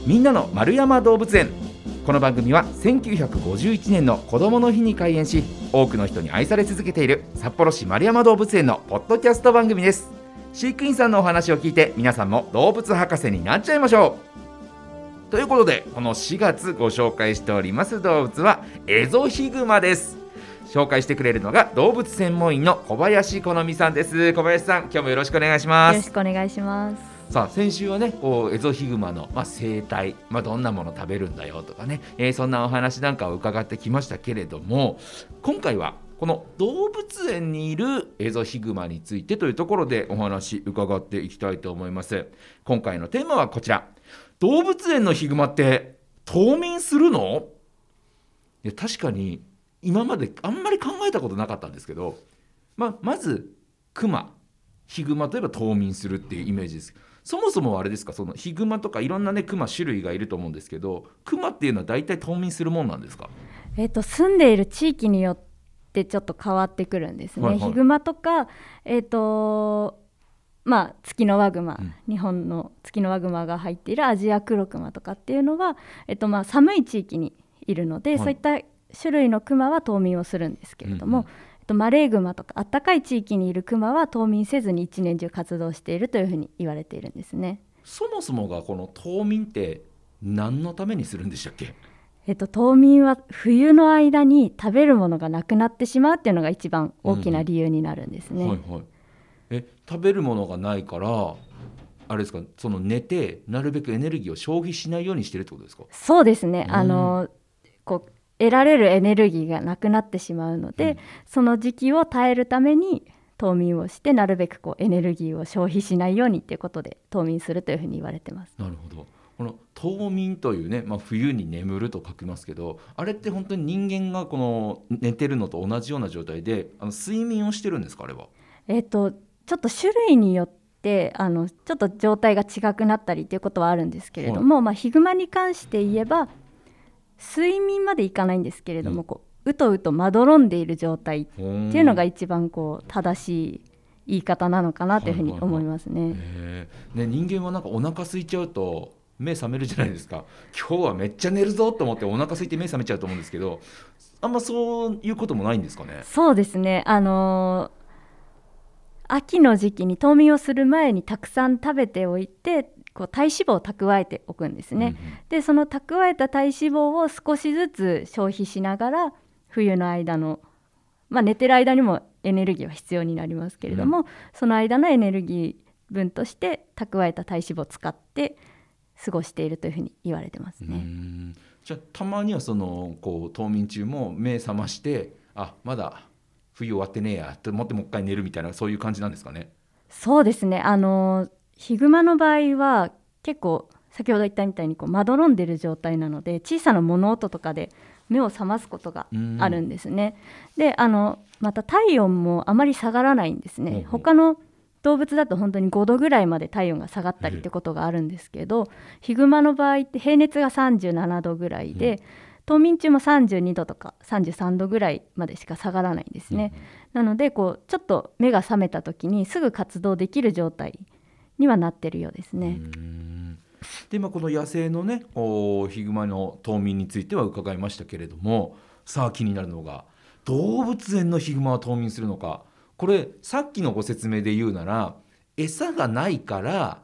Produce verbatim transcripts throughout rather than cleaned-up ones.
みんなの丸山動物園。この番組はせんきゅうひゃくごじゅういちねんの子どもの日に開園し、多くの人に愛され続けている札幌市丸山動物園のポッドキャスト番組です。飼育員さんのお話を聞いて、皆さんも動物博士になっちゃいましょう。ということで、このしがつご紹介しております動物はエゾヒグマです。紹介してくれるのが動物専門員の小林好美さんです。小林さん、今日もよろしくお願いします。 よろしくお願いします。 さあ、先週はね、こうエゾヒグマの、まあ、生態、まあ、どんなもの食べるんだよとかね、えー、そんなお話なんかを伺ってきましたけれども、今回はこの動物園にいるエゾヒグマについてというところでお話伺っていきたいと思います。今回のテーマはこちら。動物園のヒグマって冬眠するの？いや、確かに今まであんまり考えたことなかったんですけど、まあ、まずクマ、ヒグマといえば冬眠するっていうイメージです。そもそもあれですか、そのヒグマとかいろんなねクマ種類がいると思うんですけど、クマっていうのは大体冬眠するもんなんですか？ えーと、住んでいる地域によってちょっと変わってくるんですね、はいはい、ヒグマとか、えーとまあ、ツキノワグマ、うん、日本のツキノワグマが入っているアジアクロクマとかっていうのは、えーとまあ、寒い地域にいるので、はい、そういった種類のクマは冬眠をするんですけれども、うんうん、えっと、マレーグマとか暖かい地域にいるクマは冬眠せずに一年中活動しているというふうに言われているんですね。 そもそもがこの冬眠って何のためにするんでしたっけ？ えっと、冬眠は冬の間に食べるものがなくなってしまうっていうのが一番大きな理由になるんですね、うんうん、はいはい、 え食べるものがないからあれですか、その寝てなるべくエネルギーを消費しないようにしてるってことですか？ そうですね、あのこう得られるエネルギーがなくなってしまうので、うん、その時期を耐えるために冬眠をして、なるべくこうエネルギーを消費しないようにということで冬眠するというふうに言われてます。 なるほど。この冬眠というね、まあ、冬に眠ると書きますけど、あれって本当に人間がこの寝てるのと同じような状態であの睡眠をしてるんですか？あれは、 えーと、ちょっと種類によってあのちょっと状態が違くなったりということはあるんですけれども、はい、まあ、ヒグマに関して言えば睡眠までいかないんですけれども、うん、こううとうとまどろんでいる状態っていうのが一番こう正しい言い方なのかなというふうに思いますね。はいはいはい、 へーね、人間はなんかお腹空いちゃうと目覚めるじゃないですか。今日はめっちゃ寝るぞと思ってお腹空いて目覚めちゃうと思うんですけど、あんまそういうこともないんですかね？ そうですね、あのー、秋の時期に冬眠をする前にたくさん食べておいて、こう体脂肪を蓄えておくんですね、うんうん、でその蓄えた体脂肪を少しずつ消費しながら冬の間の、まあ、寝てる間にもエネルギーは必要になりますけれども、うん、その間のエネルギー分として蓄えた体脂肪を使って過ごしているというふうに言われてますね。うーん、じゃあたまにはそのこう冬眠中も目覚まして、あまだ冬終わってねえやと思ってもう一回寝るみたいな、そういう感じなんですかね？ そうですね、あのヒグマの場合は結構先ほど言ったみたいにこうまどろんでる状態なので、小さな物音とかで目を覚ますことがあるんですね。であのまた体温もあまり下がらないんですね。ほうほう、他の動物だと本当にごどぐらいまで体温が下がったりってことがあるんですけど、ヒグマの場合って平熱がさんじゅうななどぐらいで、うん、冬眠中もさんじゅうにどとかさんじゅうさんどぐらいまでしか下がらないんですね、うん、なのでこうちょっと目が覚めた時にすぐ活動できる状態にはなってるようですね。うーん、 で、まあ、この野生のねヒグマの冬眠については伺いましたけれども、さあ気になるのが動物園のヒグマは冬眠するのか。これさっきのご説明で言うなら餌がないから、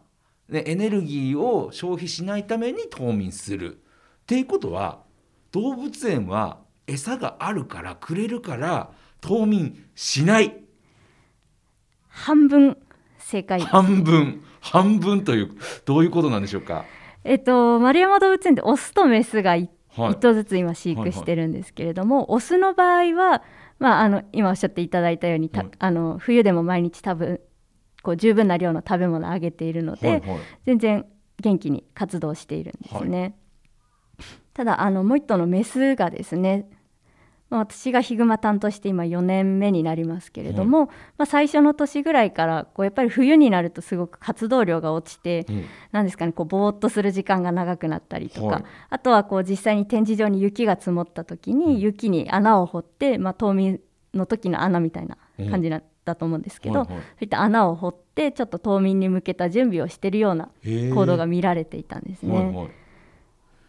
ね、エネルギーを消費しないために冬眠するっていうことは、動物園は餌があるからくれるから冬眠しない。 半分正解です。 半分半分というどういうことなんでしょうか？ えっと、丸山動物園でオスとメスがいっ頭ずつ今飼育してるんですけれども、はいはいはい、オスの場合は、まあ、あの今おっしゃっていただいたように、はい、あの冬でも毎日多分こう十分な量の食べ物をあげているので、はいはい、全然元気に活動しているんですね、はい、ただあのもう一頭のメスがですね、まあ、私がヒグマ担当して今よねんめになりますけれども、はい、まあ、最初の年ぐらいからこうやっぱり冬になるとすごく活動量が落ちて、うん、なんですかね、こうぼーっとする時間が長くなったりとか、はい、あとはこう実際に展示場に雪が積もった時に雪に穴を掘って、まあ、冬眠の時の穴みたいな感じだったと思うんですけど、うん、はいはい、そういった穴を掘ってちょっと冬眠に向けた準備をしているような行動が見られていたんですね、はいはい、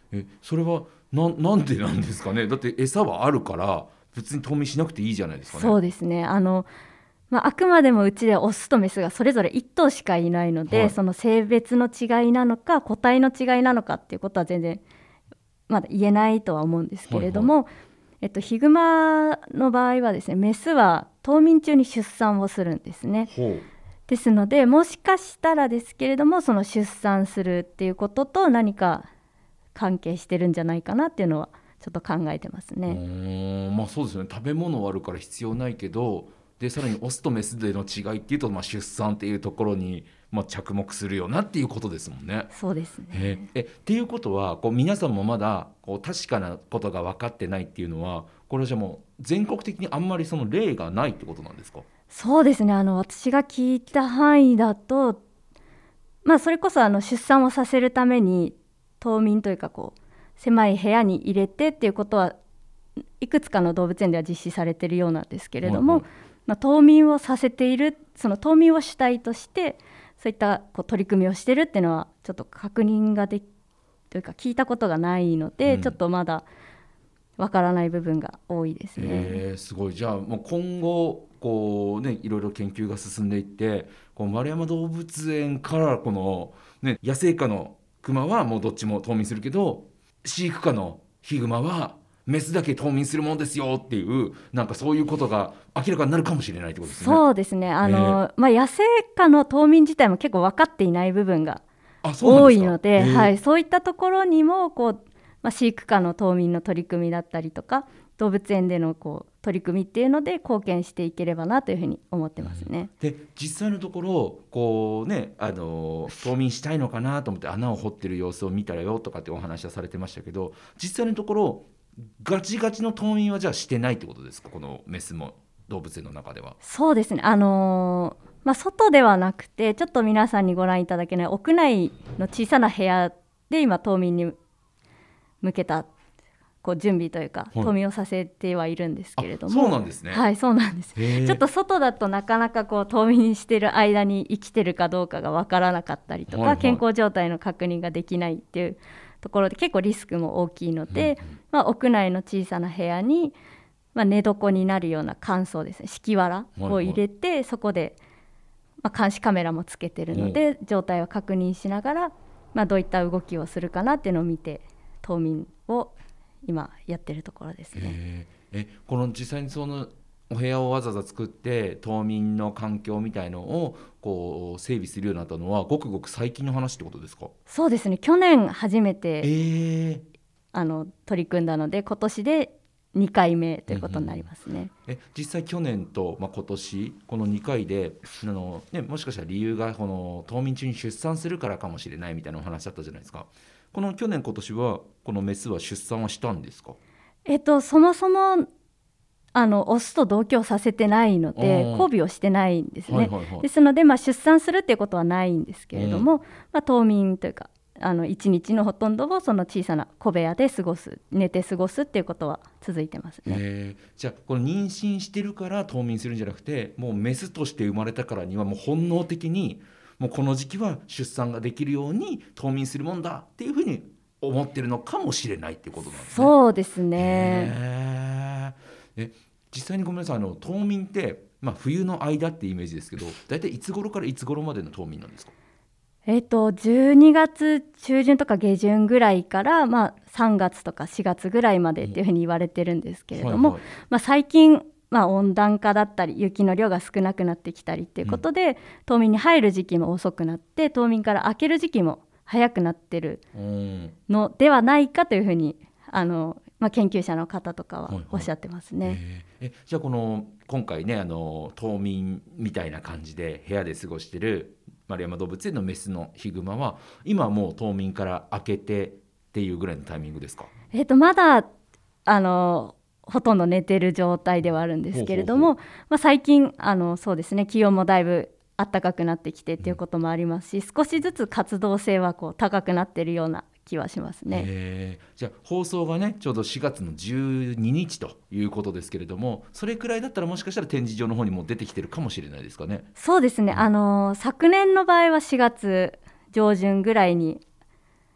えそれは な, なんでなんですかね。だって餌はあるから別に冬眠しなくていいじゃないですかね。 そうですね、あの、まあ、あくまでもうちでオスとメスがそれぞれいっ頭しかいないので、はい、その性別の違いなのか個体の違いなのかっていうことは全然まだ言えないとは思うんですけれども、はいはい、えっと、ヒグマの場合はですね、メスは冬眠中に出産をするんですね。ですのでもしかしたらですけれども、その出産するっていうことと何か関係してるんじゃないかなっていうのはちょっと考えてますね。 うーん、まあそうですよね。食べ物はあるから必要ないけど、でさらにオスとメスでの違いっていうと、まあ、出産っていうところに、まあ、着目するよなっていうことですもんね。 そうですね。 ええっていうことはこう皆さんもまだこう確かなことが分かってないっていうのは、これじゃもう全国的にあんまりその例がないってことなんですか？ そうですね、あの私が聞いた範囲だと、まあ、それこそあの出産をさせるために冬眠というかこう狭い部屋に入れてっていうことはいくつかの動物園では実施されているようなんですけれども、はいはい、まあ、冬眠をさせている、その冬眠を主体としてそういったこう取り組みをしているっていうのはちょっと確認ができというか聞いたことがないので、うん、ちょっとまだわからない部分が多いですね。 えー、すごい。じゃあもう今後こう、ね、いろいろ研究が進んでいって、こう丸山動物園からこの、ね、野生下のクマはもうどっちも冬眠するけど、飼育下のヒグマはメスだけ冬眠するもんですよっていう、なんかそういうことが明らかになるかもしれないってことですね。 そうですね、あの、えーまあ、野生下の冬眠自体も結構分かっていない部分が多いので、はい、そういったところにもこう、まあ、飼育下の冬眠の取り組みだったりとか動物園でのこう取り組みっていうので貢献していければなというふうに思ってますね。 うん、で実際のところこう、ね、あの冬眠したいのかなと思って穴を掘ってる様子を見たらよとかってお話はされてましたけど、実際のところガチガチの冬眠はじゃあしてないってことですか、このメスも動物園の中では。 そうですね、あのーまあ、外ではなくてちょっと皆さんにご覧いただけない屋内の小さな部屋で今冬眠に向けたこう準備というか、はい、冬眠をさせてはいるんですけれども。 そうなんですね。 はい、そうなんです。ちょっと外だとなかなかこう冬眠している間に生きてるかどうかが分からなかったりとか、はいはい、健康状態の確認ができないっていうところで結構リスクも大きいので、うんうん、まあ、屋内の小さな部屋に、まあ、寝床になるような乾燥ですね、敷きわらを入れて、はいはい、そこで、まあ、監視カメラもつけてるので、うん、状態を確認しながら、まあ、どういった動きをするかなっていうのを見て冬眠を今やってるところですね。 えー、えこの実際にそのお部屋をわざわざ作って冬眠の環境みたいのをこう整備するようになったのはごくごく最近の話ってことですか？ そうですね、去年初めて、 えー、 あの取り組んだので今年でにかいめということになりますね。 うんうん、え実際去年と、まあ、今年このにかいであの、ね、もしかしたら理由がこの冬眠中に出産するからかもしれないみたいなお話だったじゃないですか。この去年今年はこのメスは出産はしたんですか？ えっと、そもそもあのオスと同居させてないので交尾をしてないんですね、はいはいはい、ですので、まあ、出産するっていうことはないんですけれども、うん、まあ、冬眠というかあのいちにちのほとんどをその小さな小部屋で過ごす、寝て過ごすっていうことは続いてますね。 えー、じゃあこの妊娠してるから冬眠するんじゃなくて、もうメスとして生まれたからにはもう本能的にもうこの時期は出産ができるように冬眠するもんだっていうふうに思ってるのかもしれないっていうことなんですね。 そうですね。 へえ、実際にごめんなさい、あの冬眠って、まあ、冬の間ってイメージですけど、だいたいいつ頃からいつ頃までの冬眠なんですか？ えー、とじゅうにがつ中旬とか下旬ぐらいから、まあ、さんがつとかしがつぐらいまでっていうふうに言われてるんですけれども、はいはい、まあ、最近、まあ、温暖化だったり雪の量が少なくなってきたりっていうことで、うん、冬眠に入る時期も遅くなって冬眠から明ける時期も早くなってるのではないかというふうにあの、まあ、研究者の方とかはおっしゃってますね。はいはい、 えー、えじゃあこの今回ねあの冬眠みたいな感じで部屋で過ごしてる丸山動物園のメスのヒグマは今はもう冬眠から明けてっていうぐらいのタイミングですか？ えー、とまだあのほとんど寝てる状態ではあるんですけれども、ほうほうほう、まあ、最近あのそうですね、気温もだいぶ暖かくなってきてっていうこともありますし、うん、少しずつ活動性はこう高くなっているような気はしますね。 えー、じゃあ放送がねちょうどしがつのじゅうににちということですけれども、それくらいだったらもしかしたら展示場の方にも出てきてるかもしれないですかね。 そうですね、うん、あの昨年の場合はしがつ上旬ぐらいに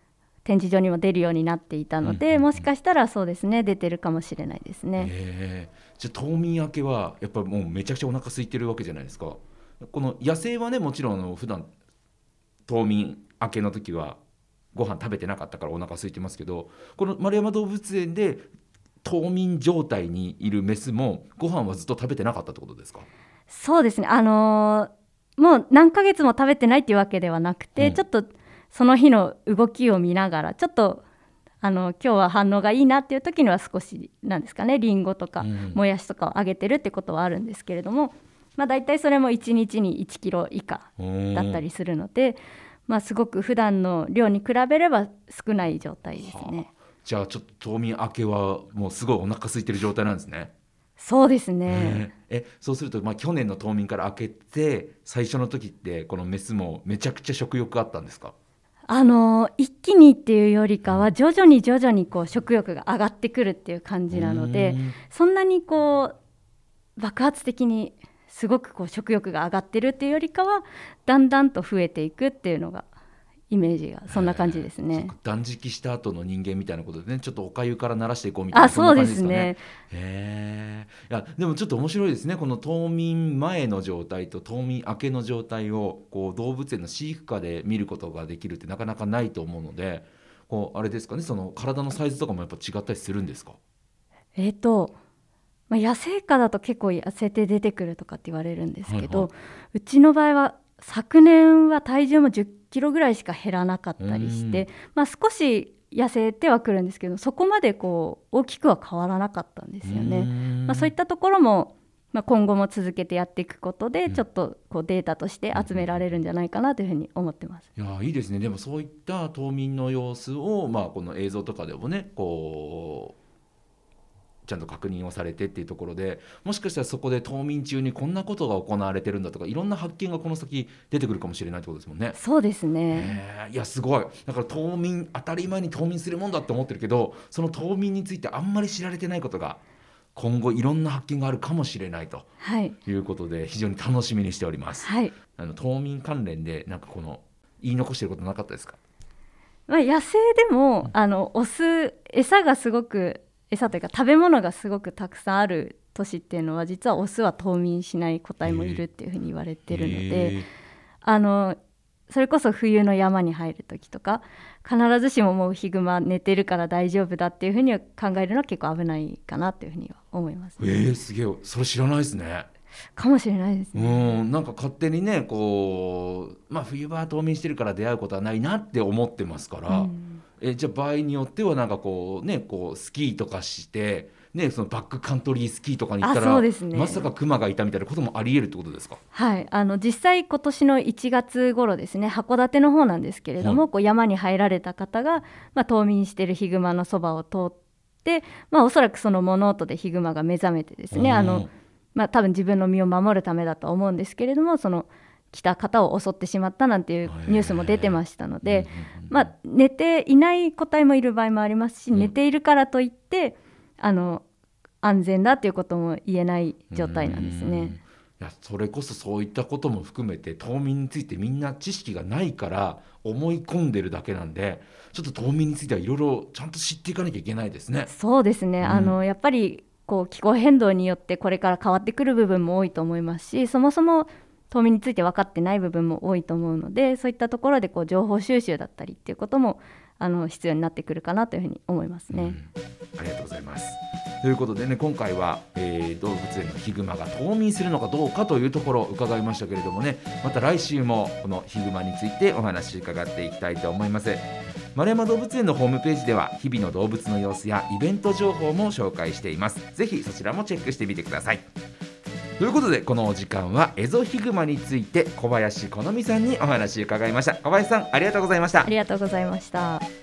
展示場にも出るようになっていたので、うんうんうん、もしかしたらそうですね出てるかもしれないですね。 えー、じゃあ冬眠明けはやっぱりもうめちゃくちゃお腹空いてるわけじゃないですか。この野生はねもちろんあの普段冬眠明けの時はご飯食べてなかったからお腹空いてますけど、この丸山動物園で冬眠状態にいるメスもご飯はずっと食べてなかったってことですか？ そうですね、あのー、もう何ヶ月も食べてないっていうわけではなくて、うん、ちょっとその日の動きを見ながらちょっとあの今日は反応がいいなっていう時には少しなんですかねリンゴとか、うん、もやしとかをあげてるってことはあるんですけれども、まあ、大体それもいちにちにいちキロ以下だったりするので、まあ、すごく普段の量に比べれば少ない状態ですね。 はあ、じゃあちょっと冬眠明けはもうすごいお腹空いてる状態なんですね。 そうですね。 えそうすると、まあ、去年の冬眠から明けて最初の時ってこのメスもめちゃくちゃ食欲あったんですか？ あの一気にっていうよりかは徐々に徐々にこう食欲が上がってくるっていう感じなので、そんなにこう爆発的にすごくこう食欲が上がってるっていうよりかはだんだんと増えていくっていうのがイメージがそんな感じですね。 断食した後の人間みたいなことでね、ちょっとお粥から慣らしていこうみたいな、そんな感じですかね。あ、そうですね。へー、いやでもちょっと面白いですね。この冬眠前の状態と冬眠明けの状態をこう動物園の飼育下で見ることができるってなかなかないと思うので、こうあれですかね、その体のサイズとかもやっぱ違ったりするんですか？ えーとまあ、野生下だと結構痩せて出てくるとかって言われるんですけど、はいはい、うちの場合は昨年は体重もじゅっキロぐらいしか減らなかったりして、まあ、少し痩せてはくるんですけどそこまでこう大きくは変わらなかったんですよね。まあ、そういったところも、まあ、今後も続けてやっていくことでちょっとこうデータとして集められるんじゃないかなというふうに思ってます。 いやいいですね。でもそういった冬眠の様子を、まあ、この映像とかでもねこうちゃんと確認をされてっていうところで、もしかしたらそこで冬眠中にこんなことが行われてるんだとかいろんな発見がこの先出てくるかもしれないってことですもんね。 そうですね。 えー、いやすごい。だから冬眠当たり前に冬眠するもんだって思ってるけど、その冬眠についてあんまり知られてないことが今後いろんな発見があるかもしれないということで、はい、非常に楽しみにしております。はい、あの冬眠関連でなんかこの言い残してることなかったですか？ まあ、野生でもあのオス餌がすごく餌というか食べ物がすごくたくさんある年っていうのは実はオスは冬眠しない個体もいるっていうふうに言われてるので、あのそれこそ冬の山に入る時とか必ずしももうヒグマ寝てるから大丈夫だっていうふうには考えるのは結構危ないかなっていうふうには思います、ね。 えー、すげえ、それ知らないですね。 かもしれないですね。 うん、なんか勝手にねこう、まあ、冬場は冬眠してるから出会うことはないなって思ってますから、うん、えじゃあ場合によってはなんかこうねこうスキーとかしてね、そのバックカントリースキーとかに行ったら、ね、まさかクマがいたみたいなこともあり得るってことですか？ はい、あの実際今年のいちがつ頃ですね、函館の方なんですけれども、はい、こう山に入られた方が、まあ、冬眠しているヒグマのそばを通って、まあ、おそらくその物音でヒグマが目覚めてですね、あの、まあ、多分自分の身を守るためだと思うんですけれども、その来た方を襲ってしまったなんていうニュースも出てましたので、まあ、寝ていない個体もいる場合もありますし、寝ているからといってあの安全だということも言えない状態なんですね。 いやそれこそそういったことも含めて冬眠についてみんな知識がないから思い込んでるだけなんで、ちょっと冬眠についてはいろいろちゃんと知っていかなきゃいけないですね。 そうですね、うん、あのやっぱりこう気候変動によってこれから変わってくる部分も多いと思いますし、そもそも冬眠について分かってない部分も多いと思うので、そういったところでこう情報収集だったりっていうこともあの必要になってくるかなというふうに思いますね。 うん、ありがとうございます。ということでね、今回は、えー、動物園のヒグマが冬眠するのかどうかというところを伺いましたけれどもね、また来週もこのヒグマについてお話伺っていきたいと思います。丸山動物園のホームページでは日々の動物の様子やイベント情報も紹介しています。ぜひそちらもチェックしてみてください。ということでこのお時間はエゾヒグマについて小林好美さんにお話を伺いました。小林さんありがとうございました。 ありがとうございました。